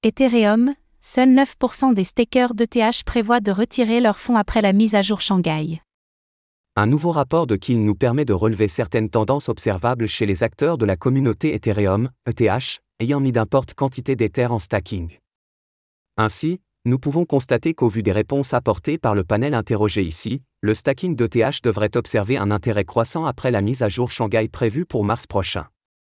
Ethereum, seuls 9% des stakers d'ETH prévoient de retirer leurs fonds après la mise à jour Shanghai. Un nouveau rapport de Kin nous permet de relever certaines tendances observables chez les acteurs de la communauté Ethereum, ETH, ayant mis d'importantes quantités d'Ether en stacking. Ainsi, nous pouvons constater qu'au vu des réponses apportées par le panel interrogé ici, le stacking d'ETH devrait observer un intérêt croissant après la mise à jour Shanghai prévue pour mars prochain.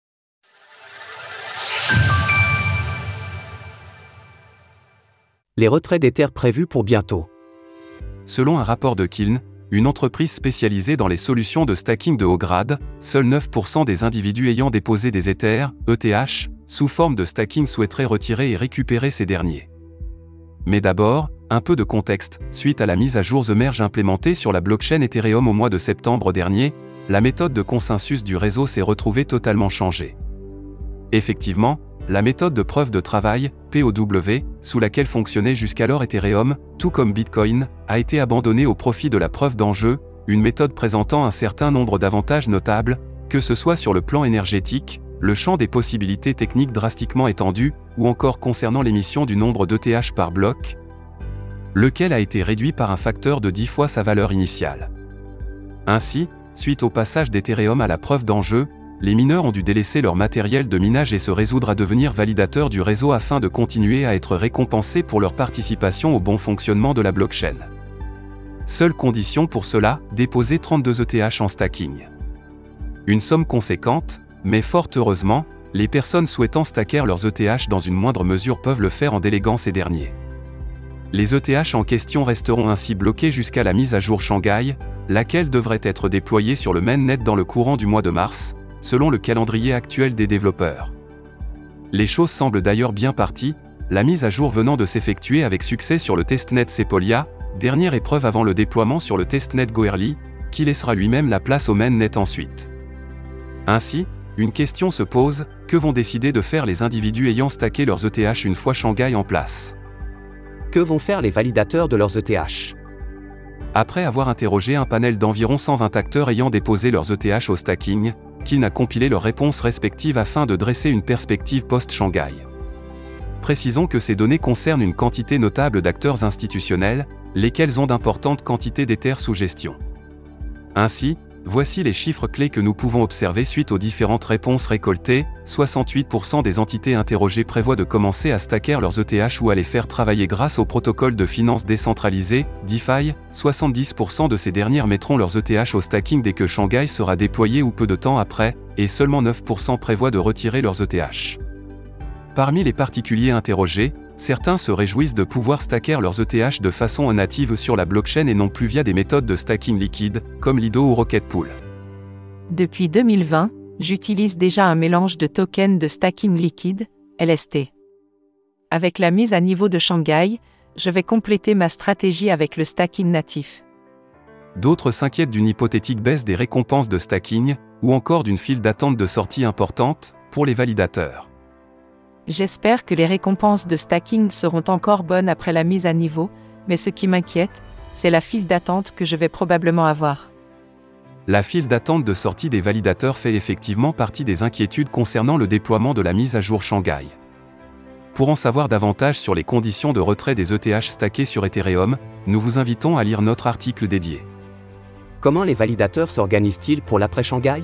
Les retraits d'Ether prévus pour bientôt. Selon un rapport de Kiln, une entreprise spécialisée dans les solutions de stacking de haut grade, seuls 9% des individus ayant déposé des Ethers, ETH, sous forme de stacking souhaiteraient retirer et récupérer ces derniers. Mais d'abord, un peu de contexte. Suite à la mise à jour The Merge implémentée sur la blockchain Ethereum au mois de septembre dernier, la méthode de consensus du réseau s'est retrouvée totalement changée. Effectivement, la méthode de preuve de travail, POW, sous laquelle fonctionnait jusqu'alors Ethereum, tout comme Bitcoin, a été abandonnée au profit de la preuve d'enjeu, une méthode présentant un certain nombre d'avantages notables, que ce soit sur le plan énergétique, le champ des possibilités techniques drastiquement étendu, ou encore concernant l'émission du nombre d'ETH par bloc, lequel a été réduit par un facteur de 10 fois sa valeur initiale. Ainsi, suite au passage d'Ethereum à la preuve d'enjeu, les mineurs ont dû délaisser leur matériel de minage et se résoudre à devenir validateurs du réseau afin de continuer à être récompensés pour leur participation au bon fonctionnement de la blockchain. Seule condition pour cela, déposer 32 ETH en stacking. Une somme conséquente, mais fort heureusement, les personnes souhaitant stacker leurs ETH dans une moindre mesure peuvent le faire en déléguant ces derniers. Les ETH en question resteront ainsi bloqués jusqu'à la mise à jour Shanghai, laquelle devrait être déployée sur le mainnet dans le courant du mois de mars, selon le calendrier actuel des développeurs. Les choses semblent d'ailleurs bien parties, la mise à jour venant de s'effectuer avec succès sur le testnet Sepolia, dernière épreuve avant le déploiement sur le testnet Goerli, qui laissera lui-même la place au mainnet ensuite. Ainsi, une question se pose, que vont décider de faire les individus ayant stacké leurs ETH une fois Shanghai en place? Que vont faire les validateurs de leurs ETH? Après avoir interrogé un panel d'environ 120 acteurs ayant déposé leurs ETH au stacking, Kiln a compilé leurs réponses respectives afin de dresser une perspective post-Shanghai. Précisons que ces données concernent une quantité notable d'acteurs institutionnels, lesquels ont d'importantes quantités d'Ether sous gestion. Ainsi, voici les chiffres clés que nous pouvons observer suite aux différentes réponses récoltées. 68% des entités interrogées prévoient de commencer à stacker leurs ETH ou à les faire travailler grâce au protocole de finance décentralisé, DeFi. 70% de ces dernières mettront leurs ETH au stacking dès que Shanghai sera déployé ou peu de temps après, et seulement 9% prévoient de retirer leurs ETH. Parmi les particuliers interrogés, certains se réjouissent de pouvoir stacker leurs ETH de façon native sur la blockchain et non plus via des méthodes de stacking liquide, comme Lido ou Rocket Pool. Depuis 2020, j'utilise déjà un mélange de tokens de stacking liquide, LST. Avec la mise à niveau de Shanghai, je vais compléter ma stratégie avec le stacking natif. D'autres s'inquiètent d'une hypothétique baisse des récompenses de stacking, ou encore d'une file d'attente de sortie importante, pour les validateurs. J'espère que les récompenses de stacking seront encore bonnes après la mise à niveau, mais ce qui m'inquiète, c'est la file d'attente que je vais probablement avoir. La file d'attente de sortie des validateurs fait effectivement partie des inquiétudes concernant le déploiement de la mise à jour Shanghai. Pour en savoir davantage sur les conditions de retrait des ETH stackés sur Ethereum, nous vous invitons à lire notre article dédié. Comment les validateurs s'organisent-ils pour l'après-Shanghai?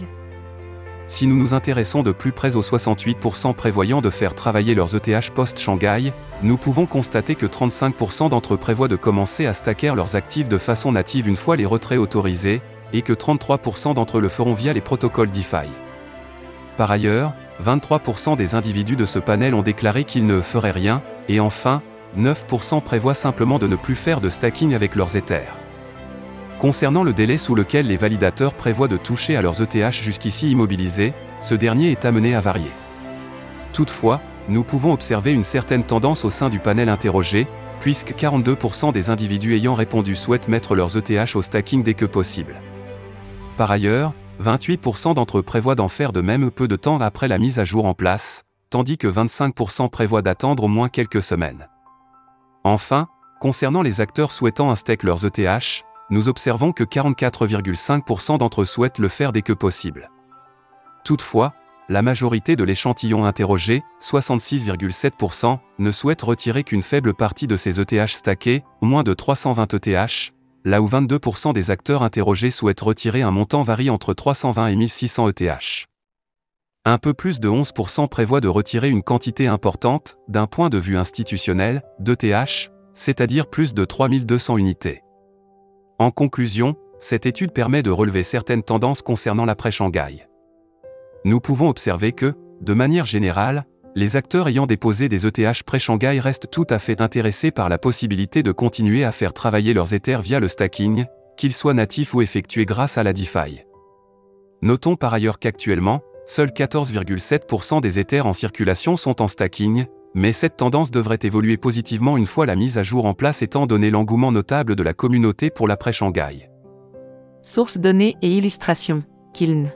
Si nous nous intéressons de plus près aux 68% prévoyant de faire travailler leurs ETH post-Shanghai, nous pouvons constater que 35% d'entre eux prévoient de commencer à stacker leurs actifs de façon native une fois les retraits autorisés, et que 33% d'entre eux le feront via les protocoles DeFi. Par ailleurs, 23% des individus de ce panel ont déclaré qu'ils ne feraient rien, et enfin, 9% prévoient simplement de ne plus faire de stacking avec leurs Ethers. Concernant le délai sous lequel les validateurs prévoient de toucher à leurs ETH jusqu'ici immobilisés, ce dernier est amené à varier. Toutefois, nous pouvons observer une certaine tendance au sein du panel interrogé, puisque 42% des individus ayant répondu souhaitent mettre leurs ETH au stacking dès que possible. Par ailleurs, 28% d'entre eux prévoient d'en faire de même peu de temps après la mise à jour en place, tandis que 25% prévoient d'attendre au moins quelques semaines. Enfin, concernant les acteurs souhaitant un stack leurs ETH, nous observons que 44,5% d'entre eux souhaitent le faire dès que possible. Toutefois, la majorité de l'échantillon interrogé, 66,7%, ne souhaite retirer qu'une faible partie de ces ETH stackés, moins de 320 ETH, là où 22% des acteurs interrogés souhaitent retirer un montant varie entre 320 et 1600 ETH. Un peu plus de 11% prévoient de retirer une quantité importante, d'un point de vue institutionnel, d'ETH, c'est-à-dire plus de 3200 unités. En conclusion, cette étude permet de relever certaines tendances concernant l'après-Shanghai. Nous pouvons observer que, de manière générale, les acteurs ayant déposé des ETH pré-Shanghai restent tout à fait intéressés par la possibilité de continuer à faire travailler leurs Ethers via le stacking, qu'ils soient natifs ou effectués grâce à la DeFi. Notons par ailleurs qu'actuellement, seuls 14,7% des Ethers en circulation sont en stacking, mais cette tendance devrait évoluer positivement une fois la mise à jour en place étant donné l'engouement notable de la communauté pour l'après-Shanghai. Sources données et illustrations. Kiln.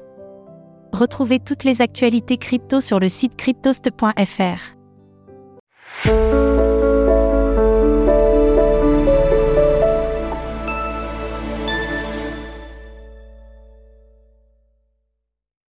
Retrouvez toutes les actualités crypto sur le site cryptost.fr.